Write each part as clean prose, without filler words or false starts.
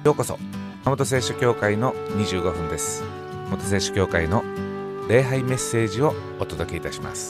ようこそ。熊本聖書教会の25分です。熊本聖書教会の礼拝メッセージをお届けいたします。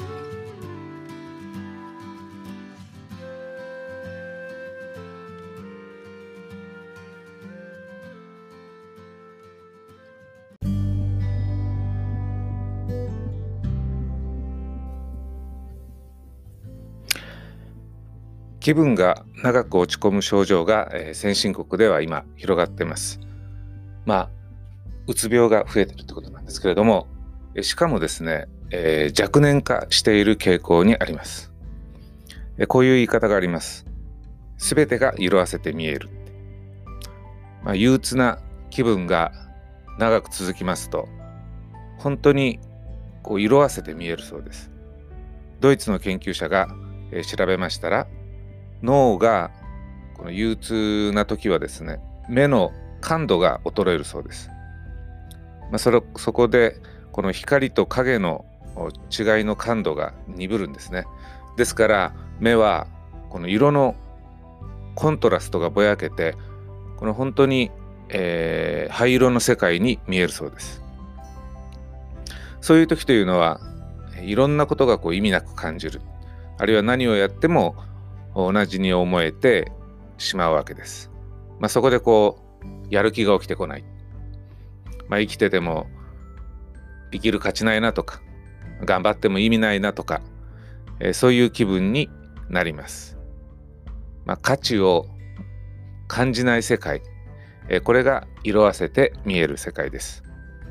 気分が長く落ち込む症状が、先進国では今広がっています。うつ病が増えているということなんですけれども、しかもですね、若年化している傾向にあります。こういう言い方があります。すべてが色あせて見える。憂鬱な気分が長く続きますと、本当に色あせて見えるそうです。ドイツの研究者が、調べましたら、脳がこの憂鬱な時はですね、目の感度が衰えるそうです。そこでこの光と影の違いの感度が鈍るんですね。ですから目はこの色のコントラストがぼやけて、この本当に、灰色の世界に見えるそうです。そういう時というのはいろんなことが意味なく感じる、あるいは何をやっても同じに思えてしまうわけです。そこでやる気が起きてこない。生きてても生きる価値ないなとか、頑張っても意味ないなとか、そういう気分になります。価値を感じない世界、これが色あせて見える世界です。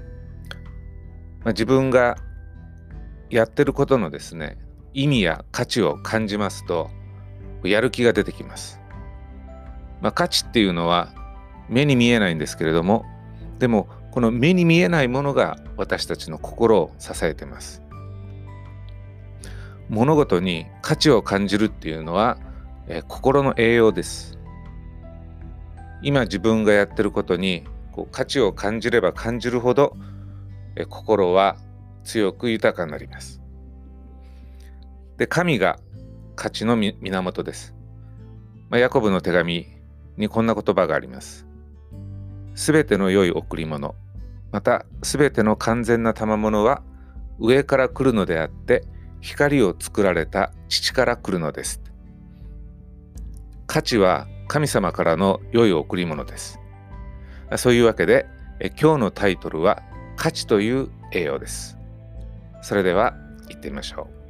自分がやってることのですね、意味や価値を感じますとやる気が出てきます。価値っていうのは目に見えないんですけれども、でもこの目に見えないものが私たちの心を支えています。物事に価値を感じるっていうのは、心の栄養です。今自分がやってることに価値を感じれば感じるほど、心は強く豊かになります。で、神が価値の源です。ヤコブの手紙にこんな言葉があります。すべての良い贈り物、またすべての完全な賜物は上から来るのであって、光を作られた父から来るのです。価値は神様からの良い贈り物です。そういうわけで、今日のタイトルは価値という栄養です。それでは行ってみましょう。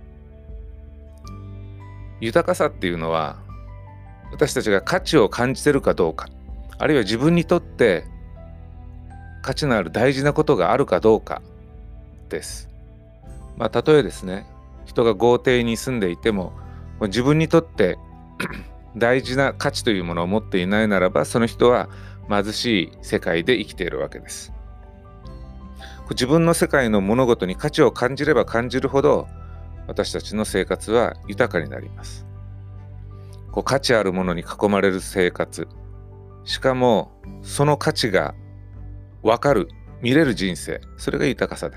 豊かさっていうのは、私たちが価値を感じているかどうか、あるいは自分にとって価値のある大事なことがあるかどうかです。たとえですね、人が豪邸に住んでいても、自分にとって大事な価値というものを持っていないならば、その人は貧しい世界で生きているわけです。自分の世界の物事に価値を感じれば感じるほど、私たちの生活は豊かになります。価値あるものに囲まれる生活、しかもその価値が分かる、見れる人生、それが豊かさです。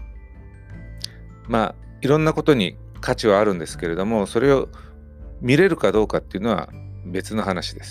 いろんなことに価値はあるんですけれども、それを見れるかどうかっていうのは別の話です。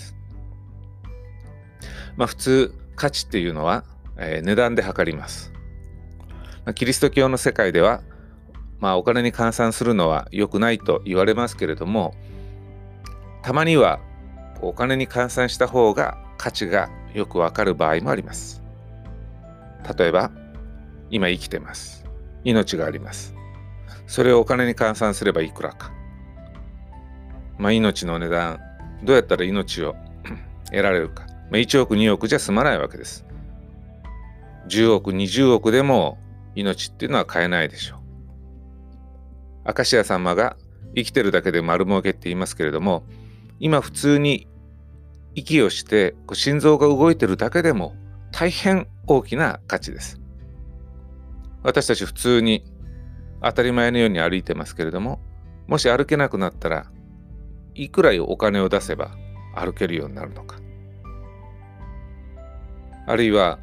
普通価値っていうのは、値段で測ります。キリスト教の世界ではお金に換算するのは良くないと言われますけれども、たまにはお金に換算した方が価値がよくわかる場合もあります。例えば、今生きてます。命があります。それをお金に換算すればいくらか。命の値段、どうやったら命を得られるか。1億2億じゃ済まないわけです。10億20億でも命っていうのは買えないでしょう。明石家さんまが生きてるだけで丸儲けって言いますけれども、今普通に息をして心臓が動いてるだけでも大変大きな価値です。私たち普通に当たり前のように歩いてますけれども、もし歩けなくなったらいくらお金を出せば歩けるようになるのか。あるいは、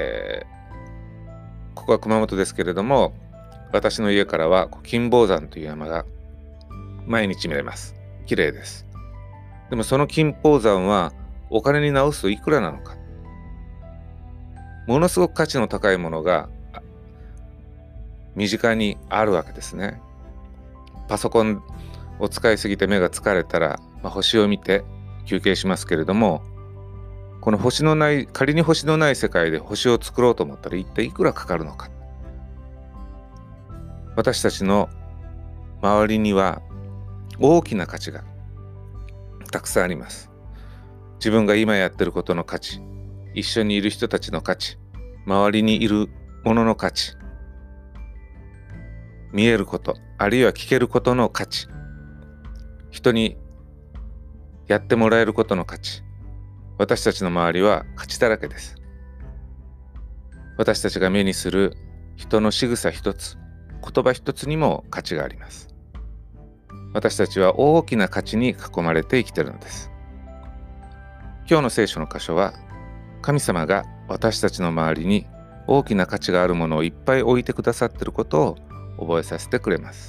ここは熊本ですけれども、私の家からは金峰山という山が毎日見れます。綺麗です。でもその金峰山はお金に直すといくらなのか。ものすごく価値の高いものが身近にあるわけですね。パソコンを使いすぎて目が疲れたら、星を見て休憩しますけれども、この仮に星のない世界で星を作ろうと思ったら一体いくらかかるのか。私たちの周りには大きな価値がたくさんあります。自分が今やってることの価値、一緒にいる人たちの価値、周りにいるものの価値、見えること、あるいは聞けることの価値、人にやってもらえることの価値、私たちの周りは価値だらけです。私たちが目にする人の仕草一つ、言葉一つにも価値があります。私たちは大きな価値に囲まれて生きているのです。今日の聖書の箇所は、神様が私たちの周りに大きな価値があるものをいっぱい置いてくださっていることを覚えさせてくれます。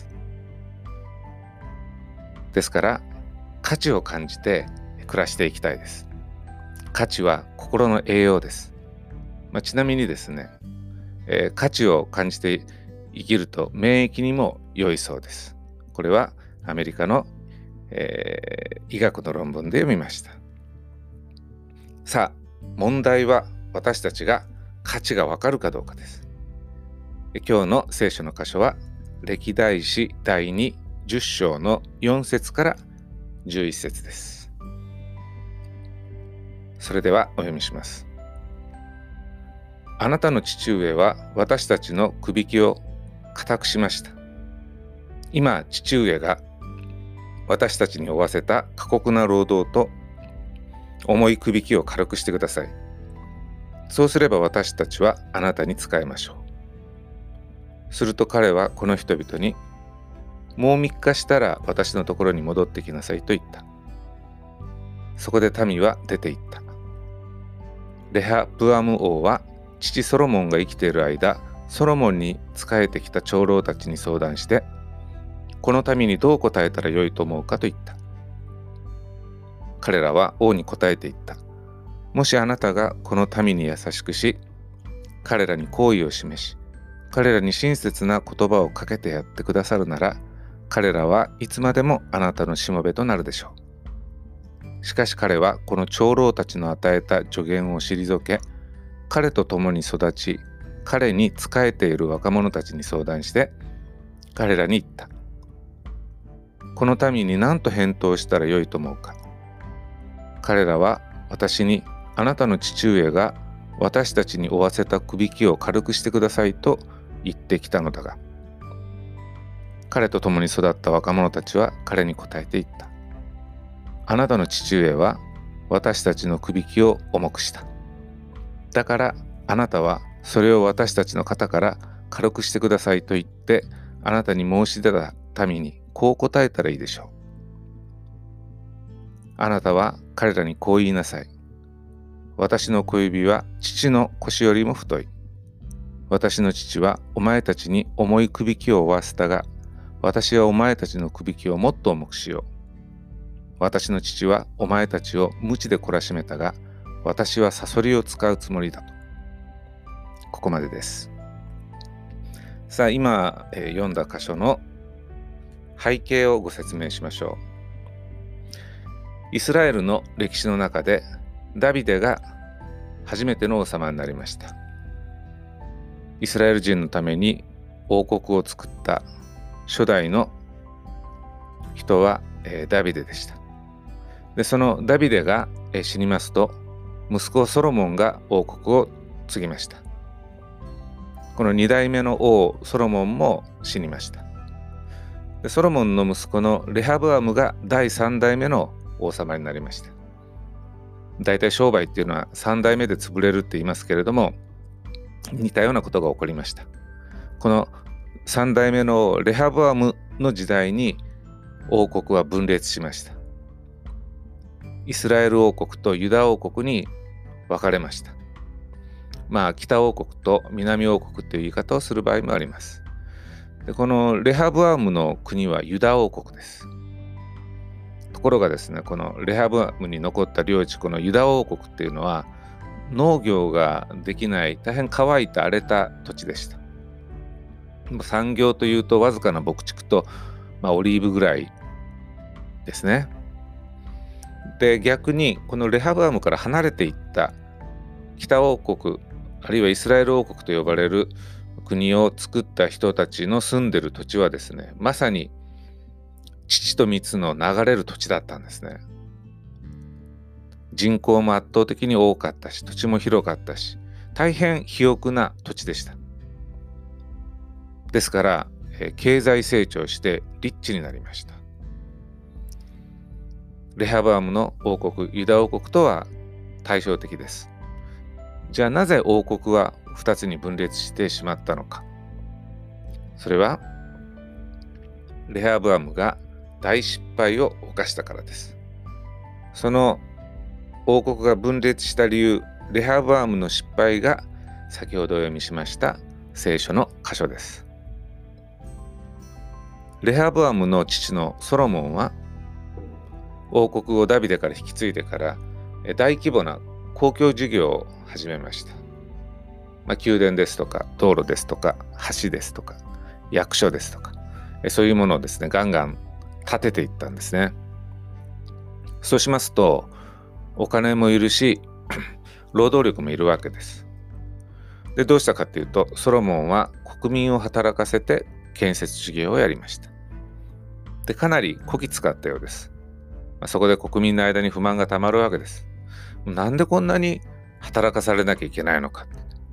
ですから価値を感じて暮らしていきたいです。価値は心の栄養です。ちなみにですね、価値を感じて生きると免疫にも良いそうです。これはアメリカの、医学の論文で読みました。さあ、問題は私たちが価値がわかるかどうかです。今日の聖書の箇所は歴代史第10章の4節から11節です。それではお読みします。あなたの父上は私たちのくびきを固くしました。今父上が私たちに負わせた過酷な労働と重いくびきを軽くしてください。そうすれば私たちはあなたに仕えましょう。すると彼はこの人々に、もう3日したら私のところに戻ってきなさいと言った。そこで民は出て行った。レハブアム王は父ソロモンが生きている間、ソロモンに仕えてきた長老たちに相談して、この民にどう答えたらよいと思うかと言った。彼らは王に答えて言った。もしあなたがこの民に優しくし、彼らに好意を示し、彼らに親切な言葉をかけてやってくださるなら、彼らはいつまでもあなたのしもべとなるでしょう。しかし彼はこの長老たちの与えた助言を退け、彼と共に育ち、彼に仕えている若者たちに相談して、彼らに言った。この民に何と返答したらよいと思うか。彼らは私に、あなたの父上が私たちに負わせたくびきを軽くしてくださいと言ってきたのだが、彼と共に育った若者たちは彼に答えて言った。あなたの父上は私たちのくびきを重くした。だからあなたはそれを私たちの肩から軽くしてくださいと言ってあなたに申し出た民にこう答えたらいいでしょう。あなたは彼らにこう言いなさい。私の小指は父の腰よりも太い。私の父はお前たちに重いくびきを負わせたが、私はお前たちのくびきをもっと重くしよう。私の父はお前たちを鞭で懲らしめたが、私はサソリを使うつもりだと。ここまでです。さあ、今、読んだ箇所の背景をご説明しましょう。イスラエルの歴史の中でダビデが初めての王様になりました。イスラエル人のために王国を作った初代の人は、ダビデでした。で、そのダビデが、死にますと、息子ソロモンが王国を継ぎました。この2代目の王ソロモンも死にました。で、ソロモンの息子のレハブアムが第3代目の王様になりました。だいたい商売っていうのは3代目で潰れるって言いますけれども、似たようなことが起こりました。この3代目のレハブアムの時代に王国は分裂しました。イスラエル王国とユダ王国に分かれました。北王国と南王国という言い方をする場合もあります。で、このレハブアムの国はユダ王国です。 ところがですね、このレハブアムに残った領地、このユダ王国っていうのは農業ができない大変乾いた荒れた土地でした。産業というとわずかな牧畜と、オリーブぐらいですね。で、逆にこのレハブアムから離れていった北王国、あるいはイスラエル王国と呼ばれる国を作った人たちの住んでる土地はですね、まさに乳と蜜の流れる土地だったんですね。人口も圧倒的に多かったし、土地も広かったし、大変肥沃な土地でした。ですから、経済成長してリッチになりました。レハブアムの王国、ユダ王国とは対照的です。じゃあなぜ王国は2つに分裂してしまったのか。それはレハブアムが大失敗を犯したからです。その王国が分裂した理由、レハブアムの失敗が先ほどお読みしました聖書の箇所です。レハブアムの父のソロモンは王国をダビデから引き継いでから大規模な公共事業を始めました。宮殿ですとか道路ですとか橋ですとか役所ですとかそういうものをですねガンガン建てていったんですね。そうしますとお金もいるし労働力もいるわけです。でどうしたかっていうとソロモンは国民を働かせて建設事業をやりました。でかなりこき使ったようです。そこで国民の間に不満がたまるわけです。なんでこんなに働かされなきゃいけないのか。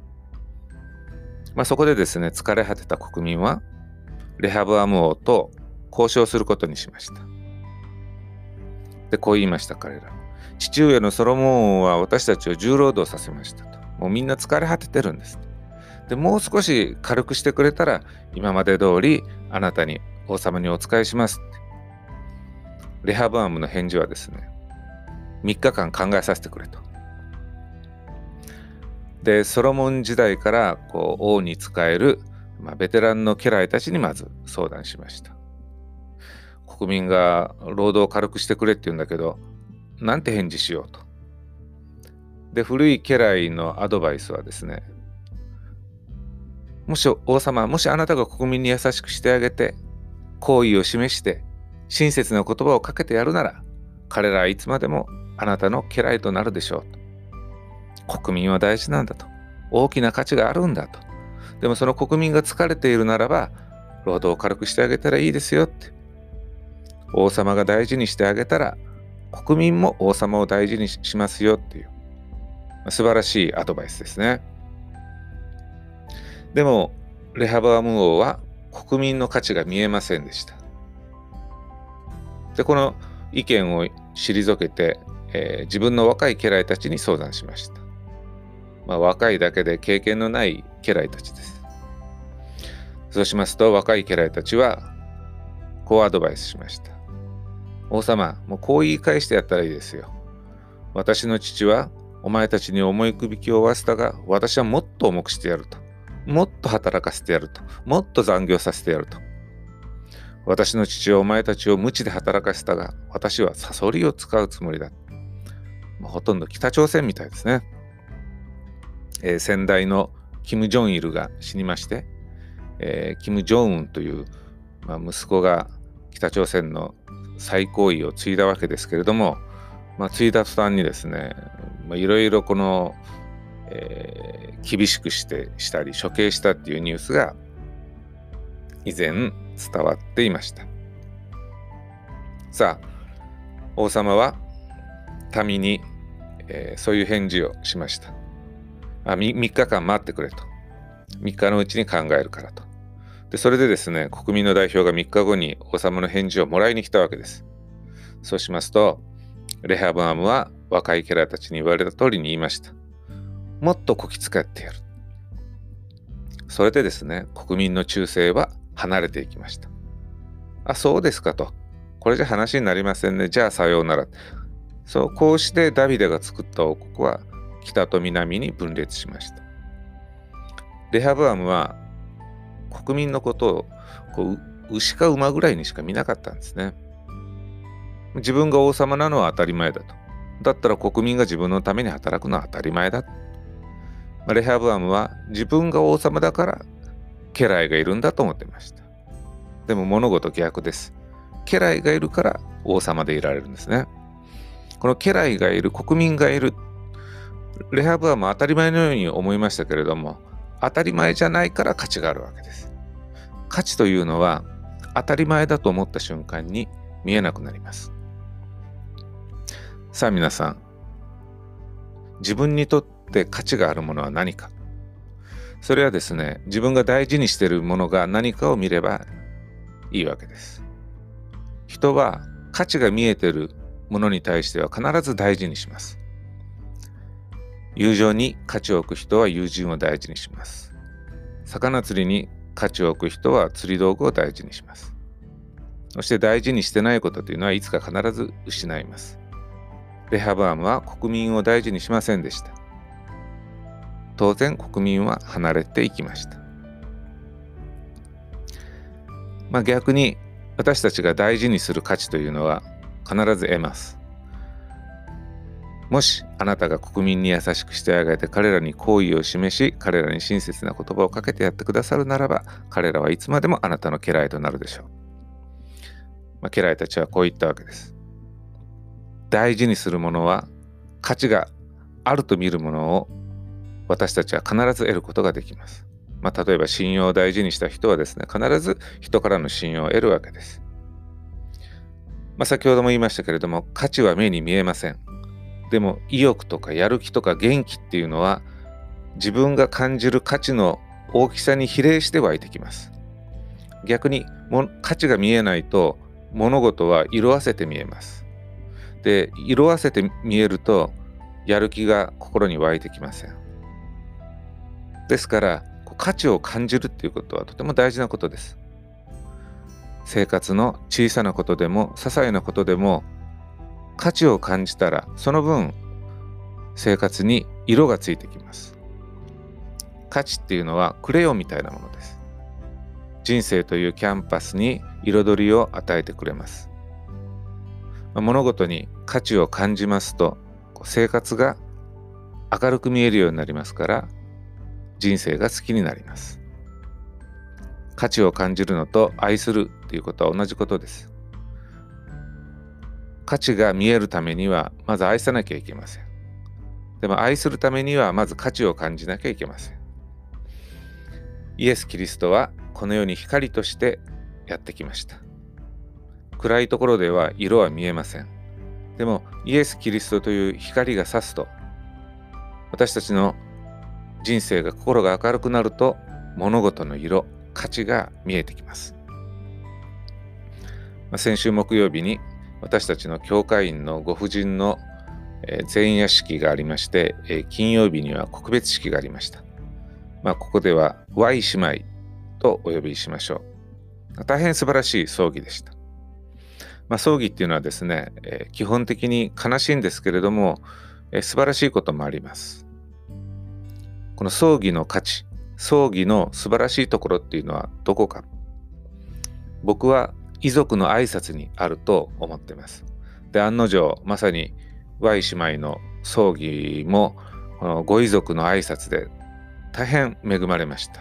そこでですね疲れ果てた国民はレハブアム王と交渉することにしました。でこう言いました彼ら。父上のソロモン王は私たちを重労働させましたと。もうみんな疲れ果ててるんです。でもう少し軽くしてくれたら今まで通りあなたに王様にお仕えしますって。レハブアムの返事はですね3日間考えさせてくれと。でソロモン時代から王に仕える、ベテランの家来たちにまず相談しました。国民が労働を軽くしてくれって言うんだけどなんて返事しようと。で古い家来のアドバイスはですね、もし王様、もしあなたが国民に優しくしてあげて好意を示して親切な言葉をかけてやるなら彼らはいつまでもあなたの家来となるでしょうと。国民は大事なんだと。大きな価値があるんだと。でもその国民が疲れているならば労働を軽くしてあげたらいいですよって。王様が大事にしてあげたら国民も王様を大事にしますよっていう素晴らしいアドバイスですね。でもレハブアム王は国民の価値が見えませんでした。でこの意見を退けて、自分の若い家来たちに相談しました。若いだけで経験のない家来たちです。そうしますと若い家来たちはこうアドバイスしました。王様、もうこう言い返してやったらいいですよ。私の父はお前たちに重い首きを負わせたが、私はもっと重くしてやると。もっと働かせてやると。もっと残業させてやると。私の父はお前たちを無知で働かせたが、私はサソリを使うつもりだ。ほとんど北朝鮮みたいですね。先代のキム・ジョンイルが死にまして、キム・ジョンウンという、息子が北朝鮮の最高位を継いだわけですけれども、継いだ途端にですね、いろいろこの、厳しくしたり処刑したっていうニュースが以前伝わっていました。さあ、王様は民に、そういう返事をしました。3日間待ってくれと。3日のうちに考えるからと。でそれでですね、国民の代表が3日後に王様の返事をもらいに来たわけです。そうしますと、レハブアムは若い家来たちに言われた通りに言いました。もっとこき使ってやる。それでですね、国民の忠誠は離れていきました。そうですかと。これじゃ話になりませんね。じゃあさようなら。こうしてダビデが作った王国は北と南に分裂しました。レハブアムは国民のことを牛か馬ぐらいにしか見なかったんですね。 自分が王様なのは当たり前だと。だったら国民が自分のために働くのは当たり前だ。レハブアムは自分が王様だから家来がいるんだと思っていました。でも物事逆です。家来がいるから王様でいられるんですね。この家来がいる、国民がいる、レハブアムは当たり前のように思いましたけれども、当たり前じゃないから価値があるわけです。価値というのは当たり前だと思った瞬間に見えなくなります。さあ皆さん、自分にとって価値があるものは何か。それはですね、自分が大事にしているものが何かを見ればいいわけです。人は価値が見えているものに対しては必ず大事にします。友情に価値を置く人は友人を大事にします。魚釣りに価値を置く人は釣り道具を大事にします。そして大事にしてないことというのはいつか必ず失います。レハブアムは国民を大事にしませんでした。当然国民は離れていきました。逆に私たちが大事にする価値というのは必ず得ます。もしあなたが国民に優しくしてあげて彼らに好意を示し、彼らに親切な言葉をかけてやってくださるならば、彼らはいつまでもあなたの家来となるでしょう。家来たちはこう言ったわけです。大事にするものは価値があると見るものを私たちは必ず得ることができます。例えば信用を大事にした人はですね、必ず人からの信用を得るわけです。先ほども言いましたけれども、価値は目に見えません。でも意欲とかやる気とか元気っていうのは自分が感じる価値の大きさに比例して湧いてきます。逆に価値が見えないと物事は色あせて見えます。で、色あせて見えるとやる気が心に湧いてきません。ですから価値を感じるっていうことはとても大事なことです。生活の小さなことでも些細なことでも価値を感じたらその分生活に色がついてきます。価値っていうのはクレヨンみたいなものです。人生というキャンパスに彩りを与えてくれます。物事に価値を感じますと生活が明るく見えるようになりますから人生が好きになります。価値を感じるのと愛するということは同じことです。価値が見えるためにはまず愛さなきゃいけません。でも愛するためにはまず価値を感じなきゃいけません。イエス・キリストはこの世に光としてやってきました。暗いところでは色は見えません。でもイエス・キリストという光が差すと私たちの人生が心が明るくなると物事の色、価値が見えてきます。先週木曜日に私たちの教会員のご婦人の前夜式がありまして、金曜日には告別式がありました。ここでは Y 姉妹とお呼びしましょう。大変素晴らしい葬儀でした。葬儀っていうのはですね、基本的に悲しいんですけれども、素晴らしいこともあります。この葬儀の価値、葬儀の素晴らしいところっていうのはどこか。僕は遺族の挨拶にあると思っています。で、案の定、まさに Y 姉妹の葬儀もこのご遺族の挨拶で大変恵まれました。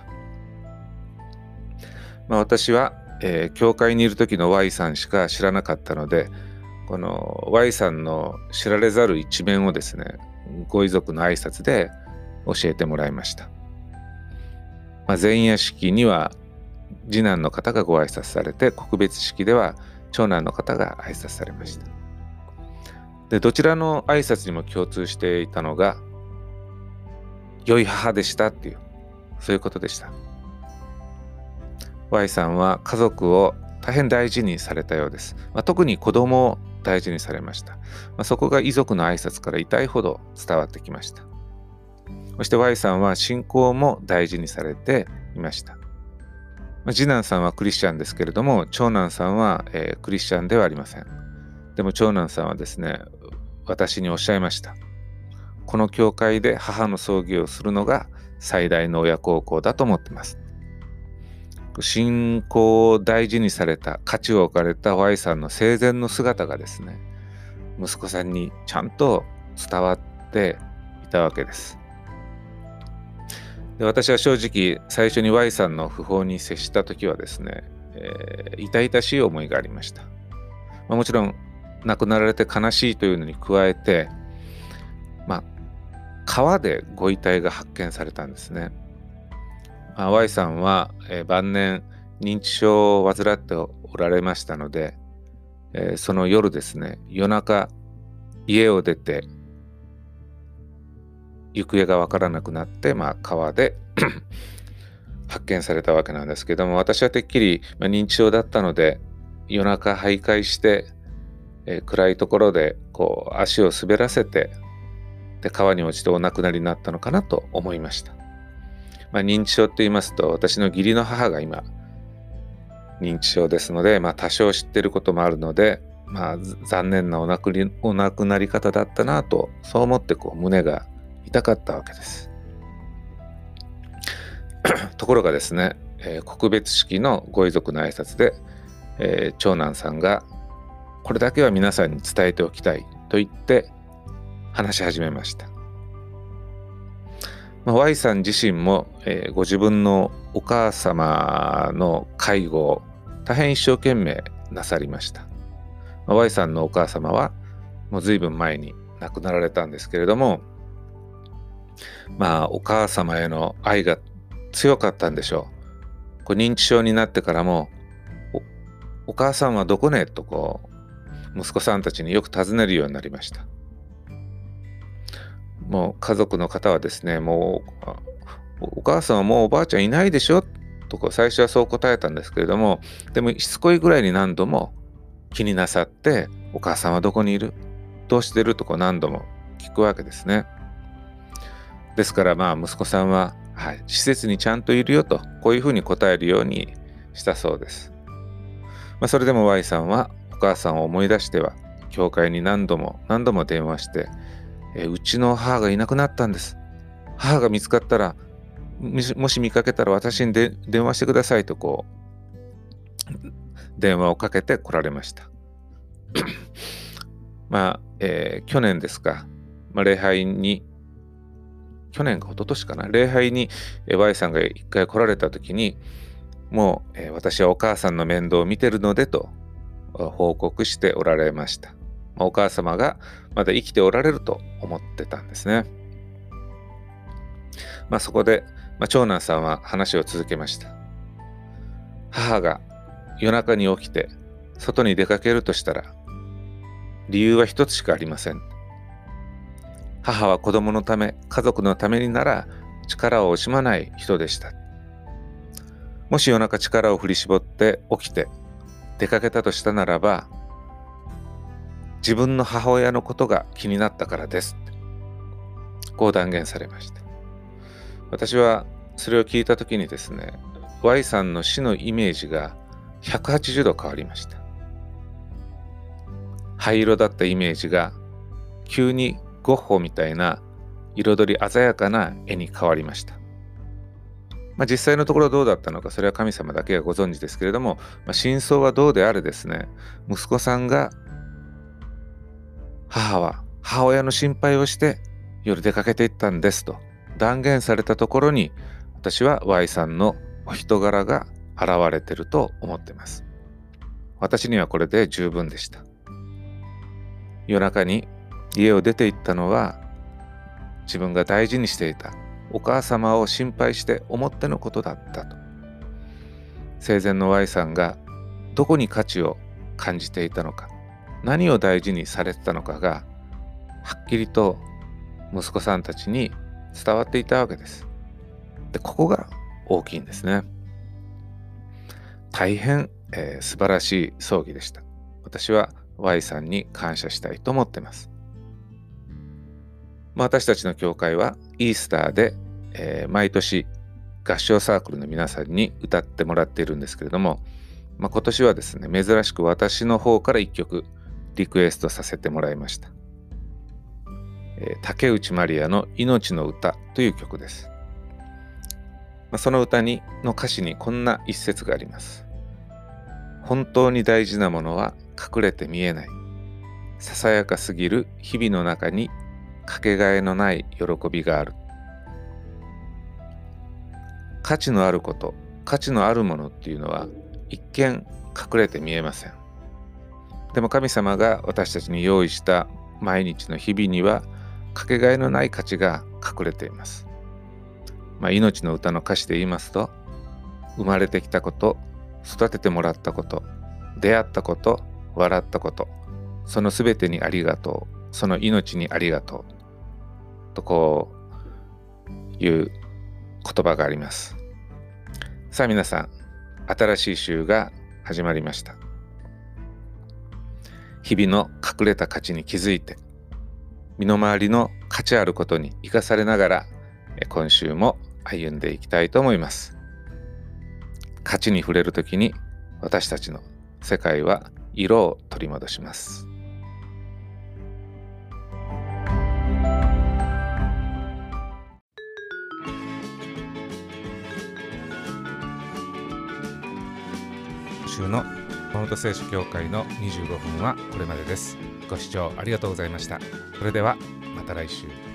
私は、教会にいる時の Y さんしか知らなかったので、この Y さんの知られざる一面をですね、ご遺族の挨拶で教えてもらいました。前夜式には次男の方がご挨拶されて、告別式では長男の方が挨拶されました。で、どちらの挨拶にも共通していたのが良い母でしたっていう、そういうことでした。Y さんは家族を大変大事にされたようです。特に子供を大事にされました。そこが遺族の挨拶から痛いほど伝わってきました。そして Y さんは信仰も大事にされていました。次男さんはクリスチャンですけれども、長男さんは、クリスチャンではありません。でも長男さんはですね、私におっしゃいました。この教会で母の葬儀をするのが最大の親孝行だと思ってます。 信仰を大事にされた、価値を置かれた Y さんの生前の姿がですね、息子さんにちゃんと伝わっていたわけです。で、私は正直最初に Y さんの訃報に接した時はですね、痛々しい思いがありました。もちろん亡くなられて悲しいというのに加えて、川でご遺体が発見されたんですね。Y さんは、晩年認知症を患っておられましたので、その夜ですね、夜中家を出て行方がわからなくなって、川で発見されたわけなんですけども、私はてっきり、認知症だったので夜中徘徊して、暗いところでこう足を滑らせて、で川に落ちてお亡くなりになったのかなと思いました。認知症って言いますと、私の義理の母が今認知症ですので、多少知ってることもあるので、残念なお亡くなり方だったなと、そう思って胸が痛かったわけです。ところがですね、告別式のご遺族の挨拶で、長男さんがこれだけは皆さんに伝えておきたいと言って話し始めました。Y さん自身も、ご自分のお母様の介護を大変一生懸命なさりました。Y さんのお母様はもう随分前に亡くなられたんですけれども、お母様への愛が強かったんでしょう。認知症になってからも お母さんはどこねと息子さんたちによく尋ねるようになりました。もう家族の方はですね、もうお母さんはもうおばあちゃんいないでしょと最初はそう答えたんですけれども、でもしつこいぐらいに何度も気になさって、お母さんはどこにいる、どうしてると何度も聞くわけですね。ですから息子さんは、施設にちゃんといるよと、こういうふうに答えるようにしたそうです。それでも Y さんはお母さんを思い出しては教会に何度も電話して、うちの母がいなくなったんです。母が見つかったら、もし見かけたら私に電話してくださいと電話をかけて来られました。去年ですか、礼拝に、去年か一昨年かな、礼拝に Y さんが一回来られた時に、もう、私はお母さんの面倒を見てるのでと報告しておられました。お母様がまだ生きておられると思ってたんですね。そこで、長男さんは話を続けました。母が夜中に起きて外に出かけるとしたら、理由は一つしかありません。母は子供のため、家族のためになら力を惜しまない人でした。もし夜中力を振り絞って起きて出かけたとしたならば、自分の母親のことが気になったからです。こう断言されました。私はそれを聞いたときにですね、Y さんの死のイメージが180度変わりました。灰色だったイメージが急にゴッホみたいな彩り鮮やかな絵に変わりました。実際のところどうだったのか、それは神様だけがご存知ですけれども、真相はどうであれですね、息子さんが母は母親の心配をして夜出かけていったんですと断言されたところに、私は Y さんのお人柄が現れてると思っています。私にはこれで十分でした。夜中に家を出て行ったのは、自分が大事にしていたお母様を心配して思ってのことだったと。生前の Y さんがどこに価値を感じていたのか、何を大事にされてたのかがはっきりと息子さんたちに伝わっていたわけです。で、ここが大きいんですね。大変、素晴らしい葬儀でした。私は Y さんに感謝したいと思っています。私たちの教会はイースターで、毎年合唱サークルの皆さんに歌ってもらっているんですけれども、今年はですね、珍しく私の方から一曲リクエストさせてもらいました。竹内まりやの命の歌という曲です。 その歌の歌詞にこんな一節があります。本当に大事なものは隠れて見えない。ささやかすぎる日々の中にかけがえのない喜びがある。価値のあること、価値のあるものっていうのは一見隠れて見えません。でも神様が私たちに用意した毎日の日々にはかけがえのない価値が隠れています。命の歌の歌詞で言いますと、生まれてきたこと、育ててもらったこと、出会ったこと、笑ったこと、そのすべてにありがとう、その命にありがとうとこういう言葉があります。さあ皆さん、新しい週が始まりました。日々の隠れた価値に気づいて、身の回りの価値あることに生かされながら、今週も歩んでいきたいと思います。価値に触れるときに私たちの世界は色を取り戻します。今週の熊本聖書協会の25分はこれまでです。ご視聴ありがとうございました。それではまた来週。